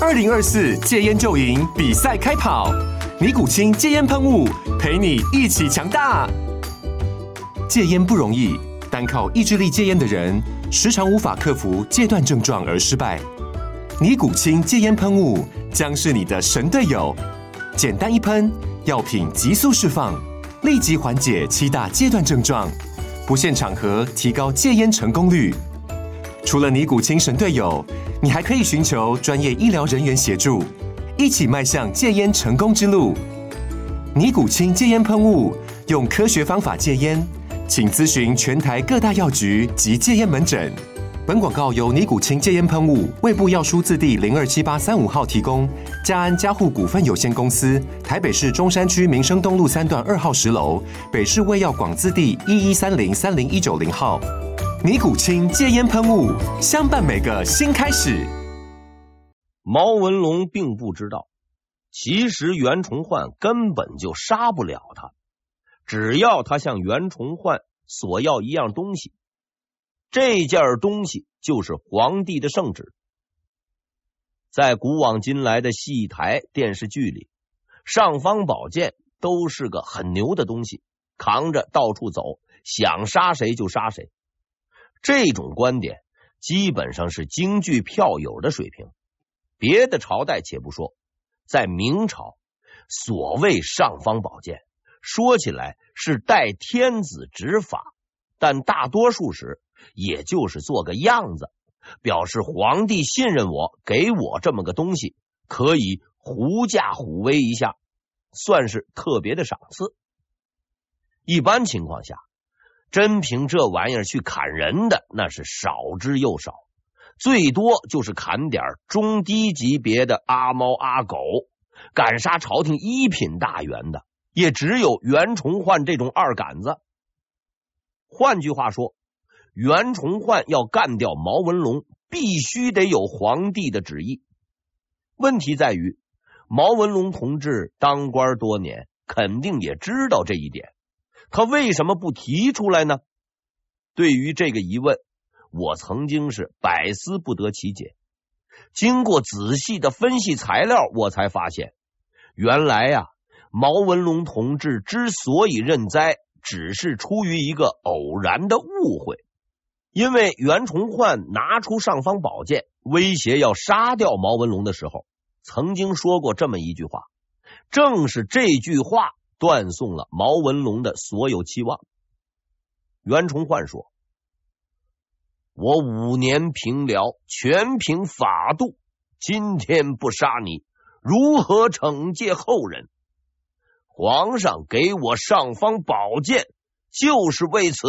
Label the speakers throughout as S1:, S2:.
S1: 2024戒烟就赢比赛开跑，尼古清戒烟喷雾陪你一起强大。戒烟不容易，单靠意志力戒烟的人，时常无法克服戒断症状而失败。尼古清戒烟喷雾将是你的神队友，简单一喷，药品急速释放，立即缓解7大戒断症状，不限场合提高戒烟成功率。除了尼古清神队友，你还可以寻求专业医疗人员协助，一起迈向戒烟成功之路。尼古清戒烟喷雾，用科学方法戒烟，请咨询全台各大药局及戒烟门诊。本广告由尼古清戒烟喷雾、卫部药书字第027835号提供，嘉安嘉护股份有限公司，台北市中山区民生东路3段2号10楼，北市卫药广字第1130-30190号。尼古清戒烟喷雾，相伴每个新开始。
S2: 毛文龙并不知道，其实袁崇焕根本就杀不了他，只要他向袁崇焕索要一样东西，这件东西就是皇帝的圣旨。在古往今来的戏台电视剧里，尚方宝剑都是个很牛的东西，扛着到处走，想杀谁就杀谁。这种观点基本上是京剧票友的水平。别的朝代且不说，在明朝，所谓尚方宝剑说起来是代天子执法，但大多数时也就是做个样子，表示皇帝信任我，给我这么个东西，可以狐假虎威一下，算是特别的赏赐。一般情况下，真凭这玩意儿去砍人的那是少之又少，最多就是砍点中低级别的阿猫阿狗，敢杀朝廷1品大员的也只有袁崇焕这种二杆子。换句话说，袁崇焕要干掉毛文龙，必须得有皇帝的旨意。问题在于，毛文龙同志当官多年，肯定也知道这一点，他为什么不提出来呢？对于这个疑问，我曾经是百思不得其解。经过仔细的分析材料，我才发现，原来啊，毛文龙同志之所以认栽，只是出于一个偶然的误会。因为袁崇焕拿出尚方宝剑威胁要杀掉毛文龙的时候，曾经说过这么一句话，正是这句话断送了毛文龙的所有期望。袁崇焕说，我5年平辽，全凭法度，今天不杀你，如何惩戒后人？皇上给我尚方宝剑，就是为此。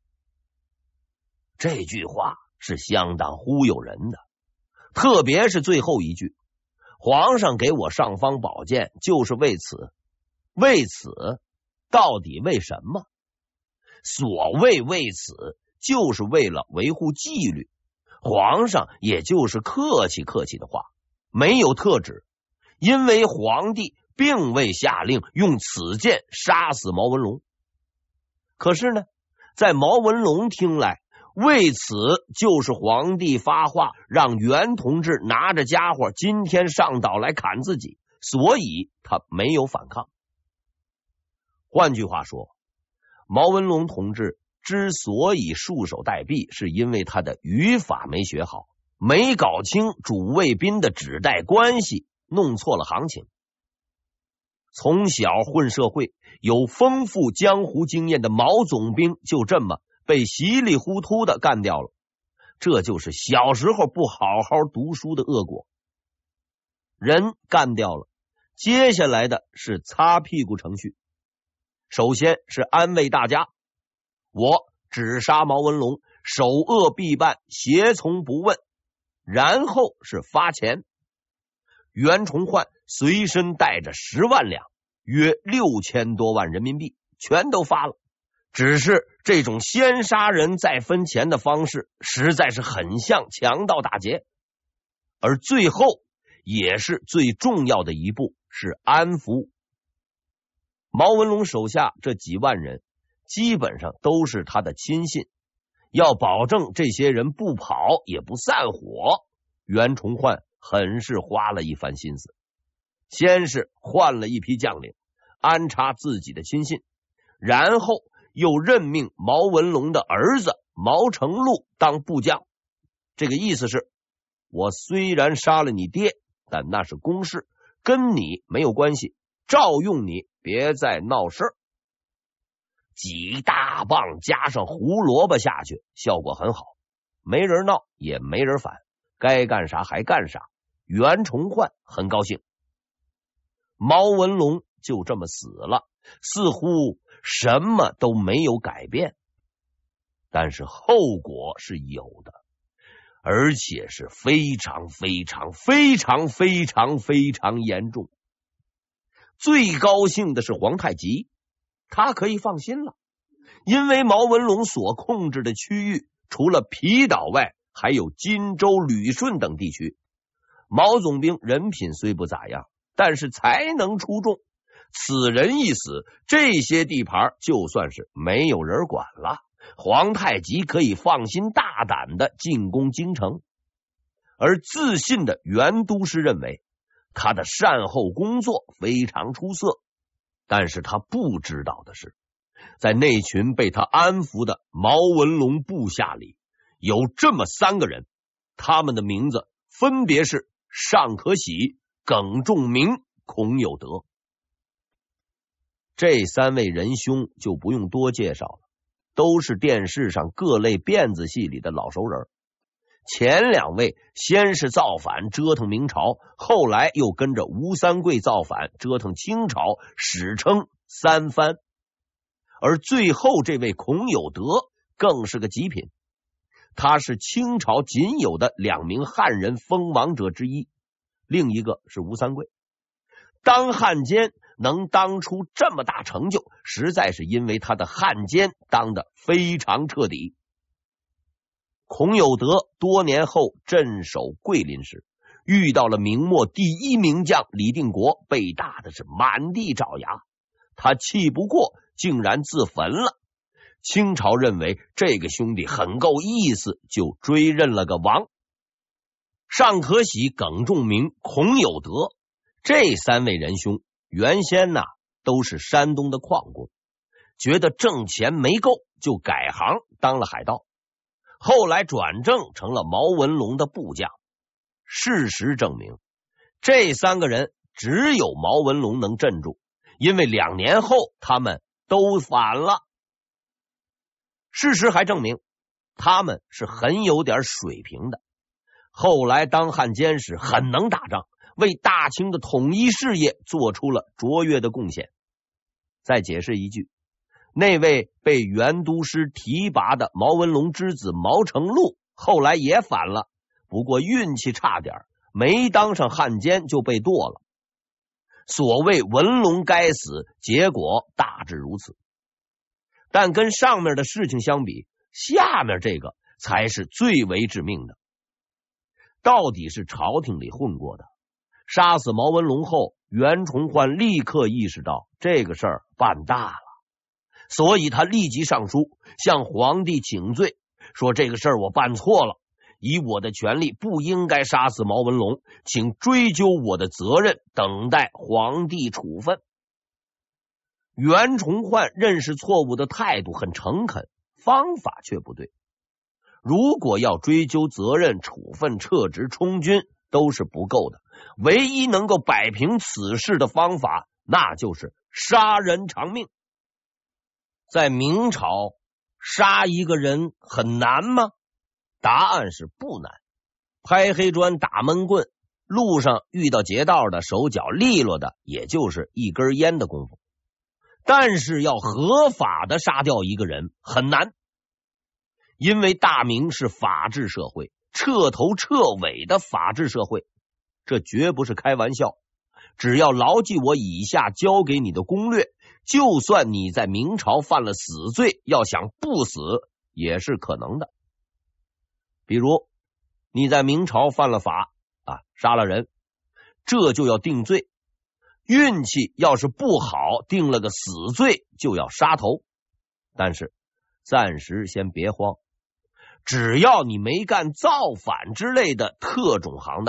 S2: 这句话是相当忽悠人的，特别是最后一句，皇上给我尚方宝剑，就是为此。为此，到底为什么？所谓为此，就是为了维护纪律。皇上也就是客气客气的话，没有特指，因为皇帝并未下令用此剑杀死毛文龙。可是呢，在毛文龙听来，为此就是皇帝发话让袁同志拿着家伙今天上岛来砍自己，所以他没有反抗。换句话说，毛文龙同志之所以束手待毙，是因为他的语法没学好，没搞清主谓宾的指代关系，弄错了行情。从小混社会，有丰富江湖经验的毛总兵就这么被稀里糊涂的干掉了，这就是小时候不好好读书的恶果。人干掉了，接下来的是擦屁股程序。首先是安慰大家，我只杀毛文龙，首恶必办，胁从不问。然后是发钱。袁崇焕随身带着10万两，约6000多万人民币，全都发了。只是这种先杀人再分钱的方式实在是很像强盗打劫。而最后也是最重要的一步是安抚。毛文龙手下这几万人基本上都是他的亲信，要保证这些人不跑也不散伙，袁崇焕很是花了一番心思。先是换了一批将领，安插自己的亲信，然后又任命毛文龙的儿子毛成禄当部将。这个意思是，我虽然杀了你爹，但那是公事，跟你没有关系，照用你，别再闹事。几大棒加上胡萝卜下去，效果很好，没人闹也没人反，该干啥还干啥。袁崇焕很高兴。毛文龙就这么死了，似乎什么都没有改变，但是后果是有的，而且是非常非常非常非常非常严重。最高兴的是皇太极，他可以放心了，因为毛文龙所控制的区域除了皮岛外，还有荆州、旅顺等地区。毛总兵人品虽不咋样，但是才能出众，此人一死，这些地盘就算是没有人管了，皇太极可以放心大胆的进攻京城。而自信的袁都师认为他的善后工作非常出色，但是他不知道的是，在那群被他安抚的毛文龙部下里，有这么3个人，他们的名字分别是尚可喜、耿仲明、孔有德。这3位仁兄就不用多介绍了，都是电视上各类辫子戏里的老熟人。前2位先是造反折腾明朝，后来又跟着吴三桂造反折腾清朝，史称3藩。而最后这位孔有德更是个极品，他是清朝仅有的2名汉人封王者之一，另一个是吴三桂。当汉奸能当出这么大成就，实在是因为他的汉奸当得非常彻底。孔有德多年后镇守桂林时，遇到了明末第1名将李定国，被打的是满地找牙，他气不过，竟然自焚了。清朝认为这个兄弟很够意思，就追认了个王。尚可喜、耿仲明、孔有德这3位仁兄原先都是山东的矿工，觉得挣钱没够，就改行当了海盗，后来转正成了毛文龙的部将。事实证明，这3个人只有毛文龙能镇住，因为2年后他们都反了。事实还证明他们是很有点水平的，后来当汉奸时很能打仗，为大清的统一事业做出了卓越的贡献。再解释一句，那位被袁都师提拔的毛文龙之子毛成禄后来也反了，不过运气差点，没当上汉奸就被剁了。所谓文龙该死，结果大致如此。但跟上面的事情相比，下面这个才是最为致命的。到底是朝廷里混过的，杀死毛文龙后，袁崇焕立刻意识到这个事儿办大了，所以他立即上书向皇帝请罪，说这个事儿我办错了，以我的权力不应该杀死毛文龙，请追究我的责任，等待皇帝处分。袁崇焕认识错误的态度很诚恳，方法却不对。如果要追究责任、处分、撤职、充军都是不够的，唯一能够摆平此事的方法，那就是杀人偿命。在明朝，杀一个人很难吗？答案是不难。拍黑砖、打闷棍，路上遇到劫道的，手脚利落的，也就是一根烟的功夫。但是要合法的杀掉一个人很难，因为大明是法治社会，彻头彻尾的法治社会，这绝不是开玩笑。只要牢记我以下教给你的攻略，就算你在明朝犯了死罪，要想不死也是可能的。比如你在明朝犯了法杀了人，这就要定罪。运气要是不好，定了个死罪，就要杀头。但是暂时先别慌，只要你没干造反之类的特种行当，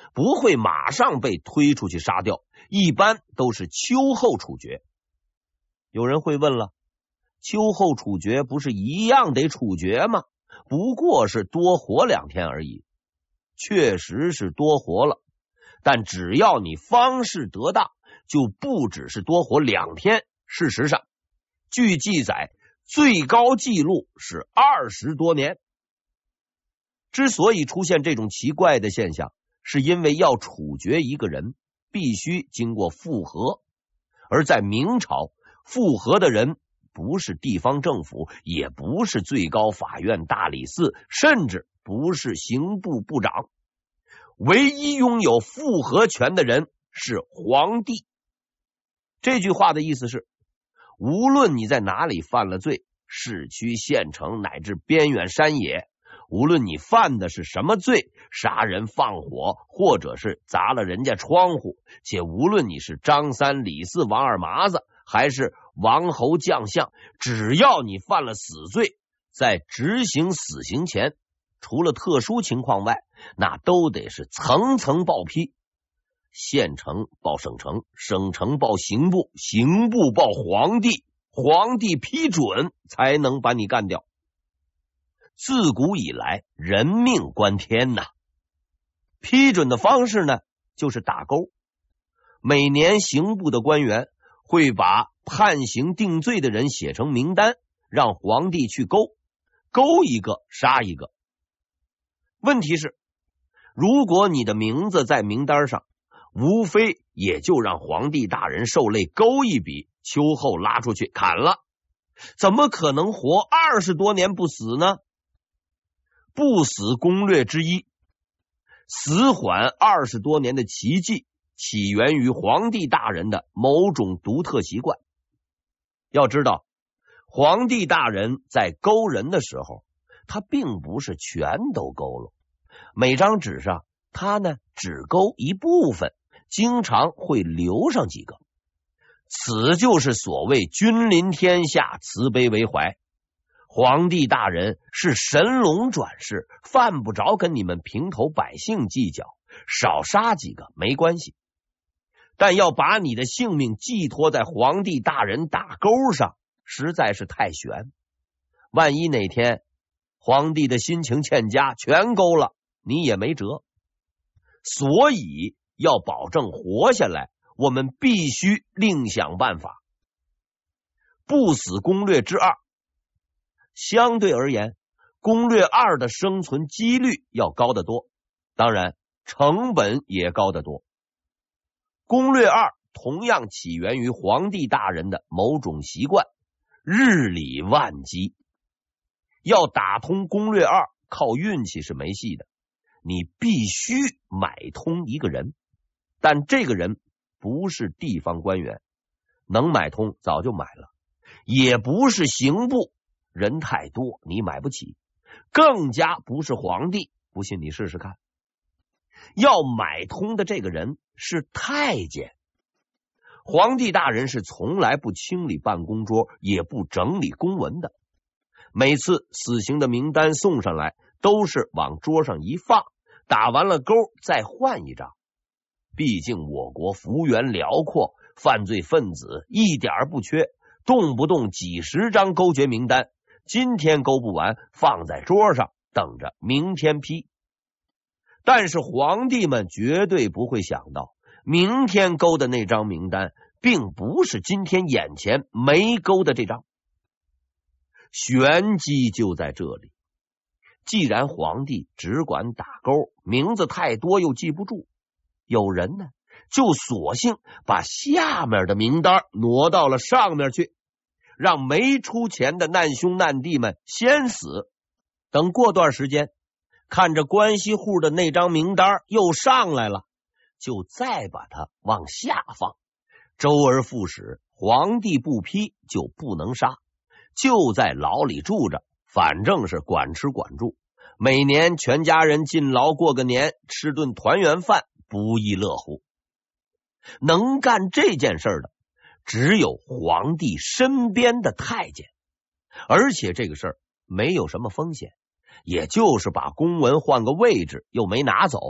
S2: 不会马上被推出去杀掉，一般都是秋后处决。有人会问了，秋后处决不是一样得处决吗？不过是多活2天而已。确实是多活了，但只要你方式得当，就不只是多活2天。事实上，据记载，最高纪录是20多年。之所以出现这种奇怪的现象，是因为要处决一个人，必须经过复核。而在明朝，复核的人不是地方政府，也不是最高法院大理寺，甚至不是刑部部长，唯一拥有复核权的人是皇帝。这句话的意思是，无论你在哪里犯了罪，市区、县城乃至边远山野，无论你犯的是什么罪，杀人放火，或者是砸了人家窗户，且无论你是张三李四王二麻子，还是王侯将相，只要你犯了死罪，在执行死刑前，除了特殊情况外，那都得是层层报批，县城报省城，省城报刑部，刑部报皇帝，皇帝批准才能把你干掉。自古以来，人命关天呐。批准的方式呢，就是打勾。每年刑部的官员会把判刑定罪的人写成名单，让皇帝去勾，勾一个杀一个。问题是，如果你的名字在名单上，无非也就让皇帝大人受累勾一笔，秋后拉出去砍了，怎么可能活20多年不死呢？不死攻略之一，死缓20多年的奇迹，起源于皇帝大人的某种独特习惯。要知道，皇帝大人在勾人的时候，他并不是全都勾了，每张纸上他呢只勾一部分，经常会留上几个。此就是所谓君临天下，慈悲为怀。皇帝大人是神龙转世，犯不着跟你们平头百姓计较，少杀几个没关系。但要把你的性命寄托在皇帝大人打勾上，实在是太悬。万一哪天皇帝的心情欠佳，全勾了，你也没辙。所以要保证活下来，我们必须另想办法。不死攻略之二，相对而言，攻略2的生存几率要高得多，当然成本也高得多。攻略2同样起源于皇帝大人的某种习惯，日理万机。要打通攻略2，靠运气是没戏的，你必须买通一个人，但这个人不是地方官员，能买通早就买了，也不是刑部，人太多你买不起，更加不是皇帝，不信你试试看。要买通的这个人是太监。皇帝大人是从来不清理办公桌，也不整理公文的，每次死刑的名单送上来，都是往桌上一放，打完了勾再换一张。毕竟我国幅员辽阔，犯罪分子一点不缺，动不动几十张勾决名单，今天勾不完，放在桌上等着明天批。但是皇帝们绝对不会想到，明天勾的那张名单并不是今天眼前没勾的这张。玄机就在这里。既然皇帝只管打勾，名字太多又记不住，有人呢就索性把下面的名单挪到了上面去，让没出钱的难兄难弟们先死，等过段时间看着关系户的那张名单又上来了，就再把它往下放，周而复始，皇帝不批就不能杀，就在牢里住着，反正是管吃管住，每年全家人进牢过个年，吃顿团圆饭，不亦乐乎。能干这件事的只有皇帝身边的太监，而且这个事儿没有什么风险，也就是把公文换个位置，又没拿走，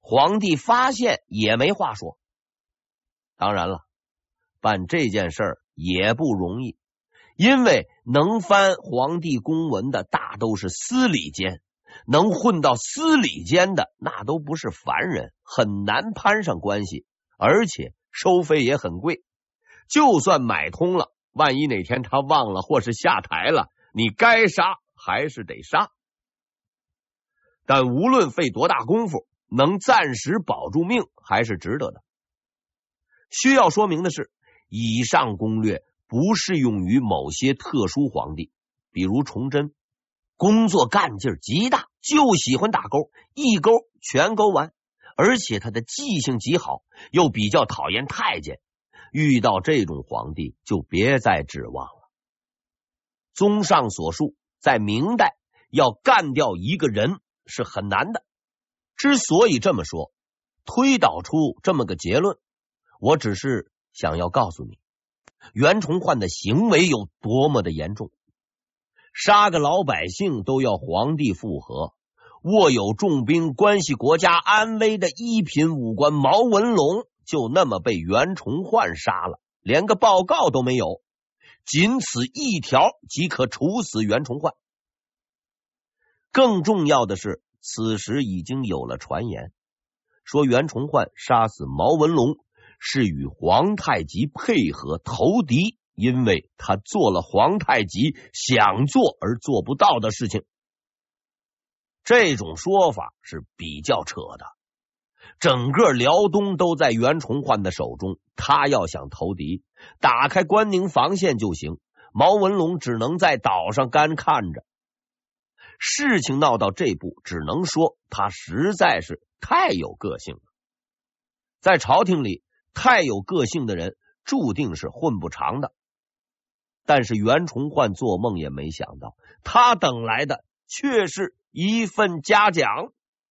S2: 皇帝发现也没话说。当然了，办这件事儿也不容易，因为能翻皇帝公文的大都是司礼监，能混到司礼监的那都不是凡人，很难攀上关系，而且收费也很贵。就算买通了，万一哪天他忘了或是下台了，你该杀还是得杀。但无论费多大功夫，能暂时保住命还是值得的。需要说明的是，以上攻略不适用于某些特殊皇帝，比如崇祯，工作干劲极大，就喜欢打勾，一勾全勾完，而且他的记性极好，又比较讨厌太监，遇到这种皇帝就别再指望了。综上所述，在明代要干掉一个人是很难的。之所以这么说，推导出这么个结论，我只是想要告诉你，袁崇焕的行为有多么的严重。杀个老百姓都要皇帝附和，握有重兵关系国家安危的一品武官毛文龙就那么被袁崇焕杀了，连个报告都没有，仅此一条即可处死袁崇焕。更重要的是，此时已经有了传言，说袁崇焕杀死毛文龙是与皇太极配合投敌，因为他做了皇太极想做而做不到的事情。这种说法是比较扯的，整个辽东都在袁崇焕的手中，他要想投敌，打开关宁防线就行，毛文龙只能在岛上干看着。事情闹到这步，只能说他实在是太有个性了。在朝廷里，太有个性的人注定是混不长的。但是袁崇焕做梦也没想到，他等来的却是一份嘉奖。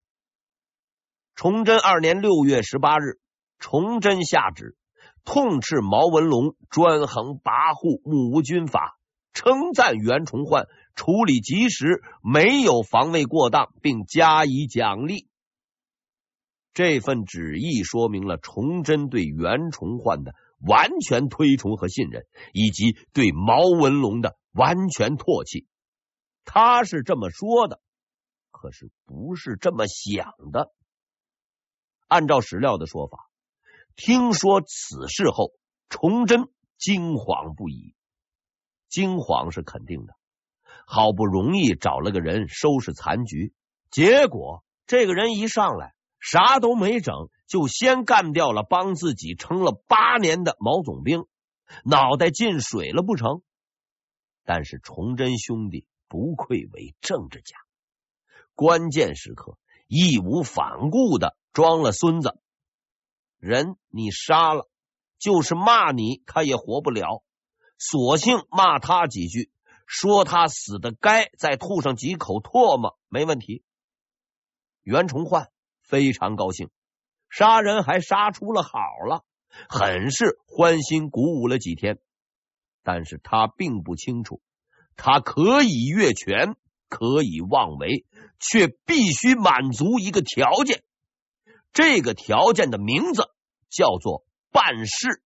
S2: 崇祯2年6月18日，崇祯下旨痛斥毛文龙专横跋扈，目无军法，称赞袁崇焕处理及时，没有防卫过当，并加以奖励。这份旨意说明了崇祯对袁崇焕的完全推崇和信任，以及对毛文龙的完全唾弃。他是这么说的，可是不是这么想的。按照史料的说法，听说此事后，崇祯惊惶不已。惊惶是肯定的，好不容易找了个人收拾残局，结果这个人一上来啥都没整，就先干掉了帮自己撑了8年的毛总兵，脑袋进水了不成？但是崇祯兄弟不愧为政治家，关键时刻义无反顾的装了孙子。人你杀了，就是骂你他也活不了，索性骂他几句，说他死的该，再吐上几口唾沫，没问题。袁崇焕非常高兴，杀人还杀出了好了，很是欢欣鼓舞了几天。但是他并不清楚，他可以越权，可以妄为，却必须满足一个条件。这个条件的名字叫做办事。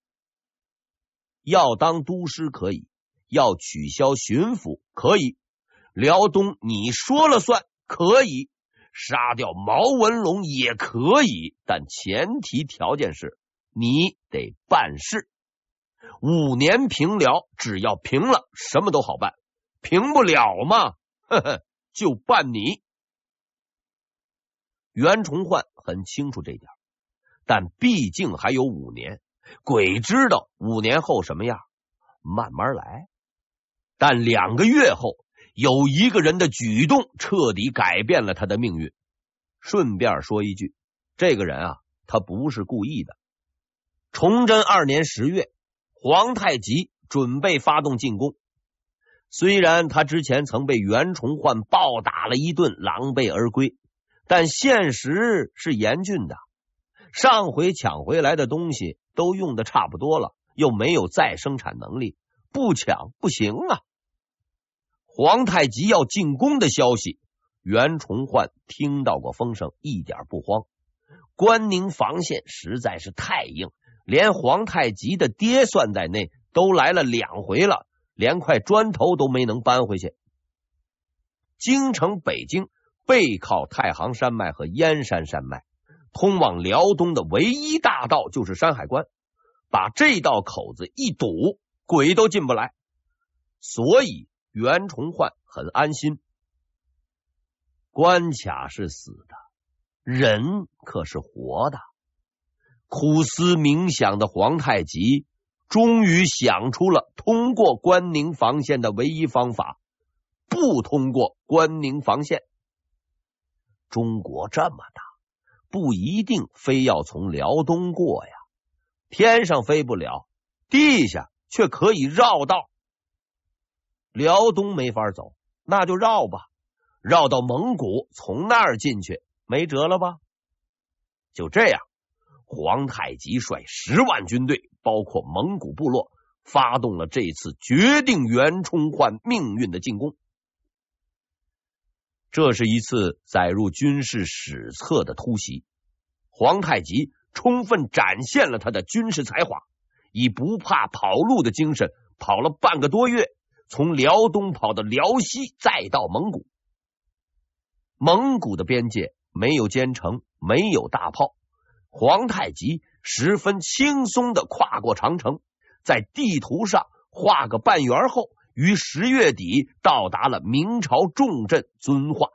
S2: 要当都师可以，要取消巡抚可以，辽东你说了算可以，杀掉毛文龙也可以，但前提条件是你得办事。5年平辽，只要平了什么都好办，平不了嘛，呵呵，就办你。袁崇焕很清楚这点，但毕竟还有5年，鬼知道5年后什么样，慢慢来。但2个月后，有一个人的举动彻底改变了他的命运。顺便说一句，这个人啊，他不是故意的。崇祯2年10月，皇太极准备发动进攻。虽然他之前曾被袁崇焕暴打了一顿，狼狈而归，但现实是严峻的。上回抢回来的东西都用的差不多了，又没有再生产能力，不抢不行啊。皇太极要进攻的消息，袁崇焕听到过风声，一点不慌。 关宁防线实在是太硬，连皇太极的爹算在内都来了2回了，连块砖头都没能搬回去。京城北京背靠太行山脉和燕山山脉，通往辽东的唯一大道就是山海关，把这道口子一堵，鬼都进不来，所以袁崇焕很安心。关卡是死的，人可是活的。苦思冥想的皇太极终于想出了通过关宁防线的唯一方法，不通过关宁防线。中国这么大，不一定非要从辽东过呀，天上飞不了，地下却可以绕道。辽东没法走，那就绕吧，绕到蒙古，从那儿进去，没辙了吧？就这样，皇太极率10万军队，包括蒙古部落，发动了这次决定袁崇焕命运的进攻。这是一次载入军事史册的突袭，皇太极充分展现了他的军事才华，以不怕跑路的精神，跑了半个多月，从辽东跑到辽西，再到蒙古。蒙古的边界没有坚城，没有大炮，皇太极十分轻松地跨过长城，在地图上画个半圆后，于10月底到达了明朝重镇遵化。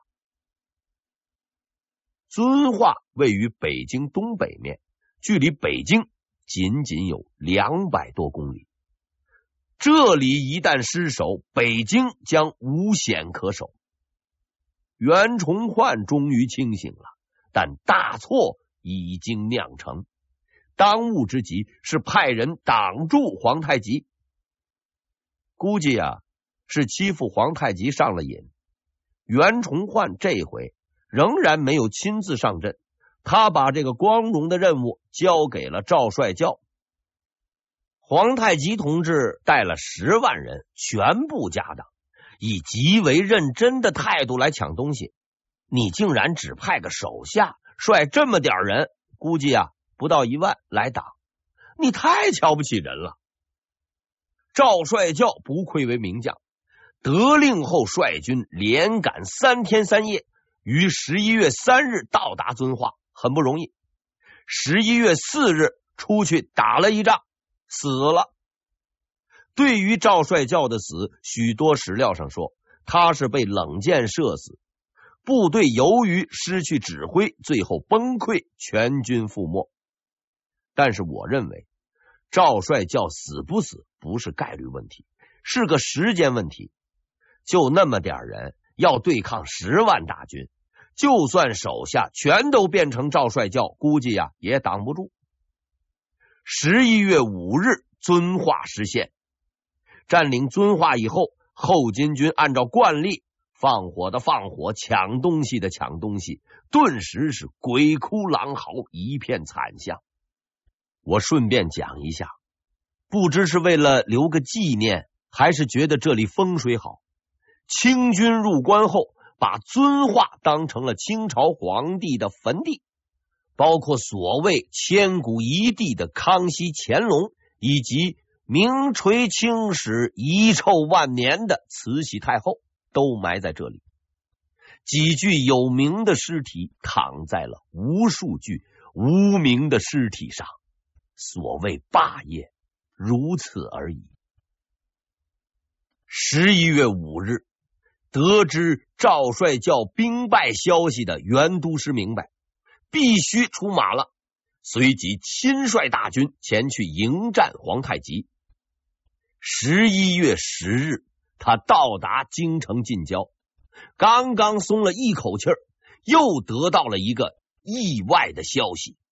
S2: 遵化位于北京东北面，距离北京仅仅有200多公里。这里一旦失守，北京将无险可守。袁崇焕终于清醒了，但大错已经酿成。当务之急是派人挡住皇太极。估计是欺负皇太极上了瘾。袁崇焕这回仍然没有亲自上阵，他把这个光荣的任务交给了赵帅教。皇太极同志带了10万人，全部家当，以极为认真的态度来抢东西。你竟然只派个手下率这么点人，估计不到1万来挡，你太瞧不起人了。赵帅教不愧为名将，得令后率军连赶3天3夜，于11月3日到达遵化，很不容易。11月4日出去打了一仗，死了。对于赵帅教的死，许多史料上说他是被冷箭射死，部队由于失去指挥，最后崩溃，全军覆没。但是我认为赵帅教死不死不是概率问题，是个时间问题。就那么点人要对抗10万大军，就算手下全都变成赵帅教，估计也挡不住。11月5日遵化失陷，占领遵化以后，后金军按照惯例，放火的放火，抢东西的抢东西，顿时是鬼哭狼嚎，一片惨象。我顺便讲一下，不知是为了留个纪念，还是觉得这里风水好，清军入关后，把遵化当成了清朝皇帝的坟地，包括所谓千古一帝的康熙、乾隆，以及名垂青史、遗臭万年的慈禧太后，都埋在这里。几具有名的尸体躺在了无数具无名的尸体上，所谓霸业如此而已。11月5日，得知赵帅教兵败消息的袁都师明白必须出马了，随即亲率大军前去迎战皇太极。11月10日，他到达京城近郊，刚刚松了一口气儿，又得到了一个意外的消息。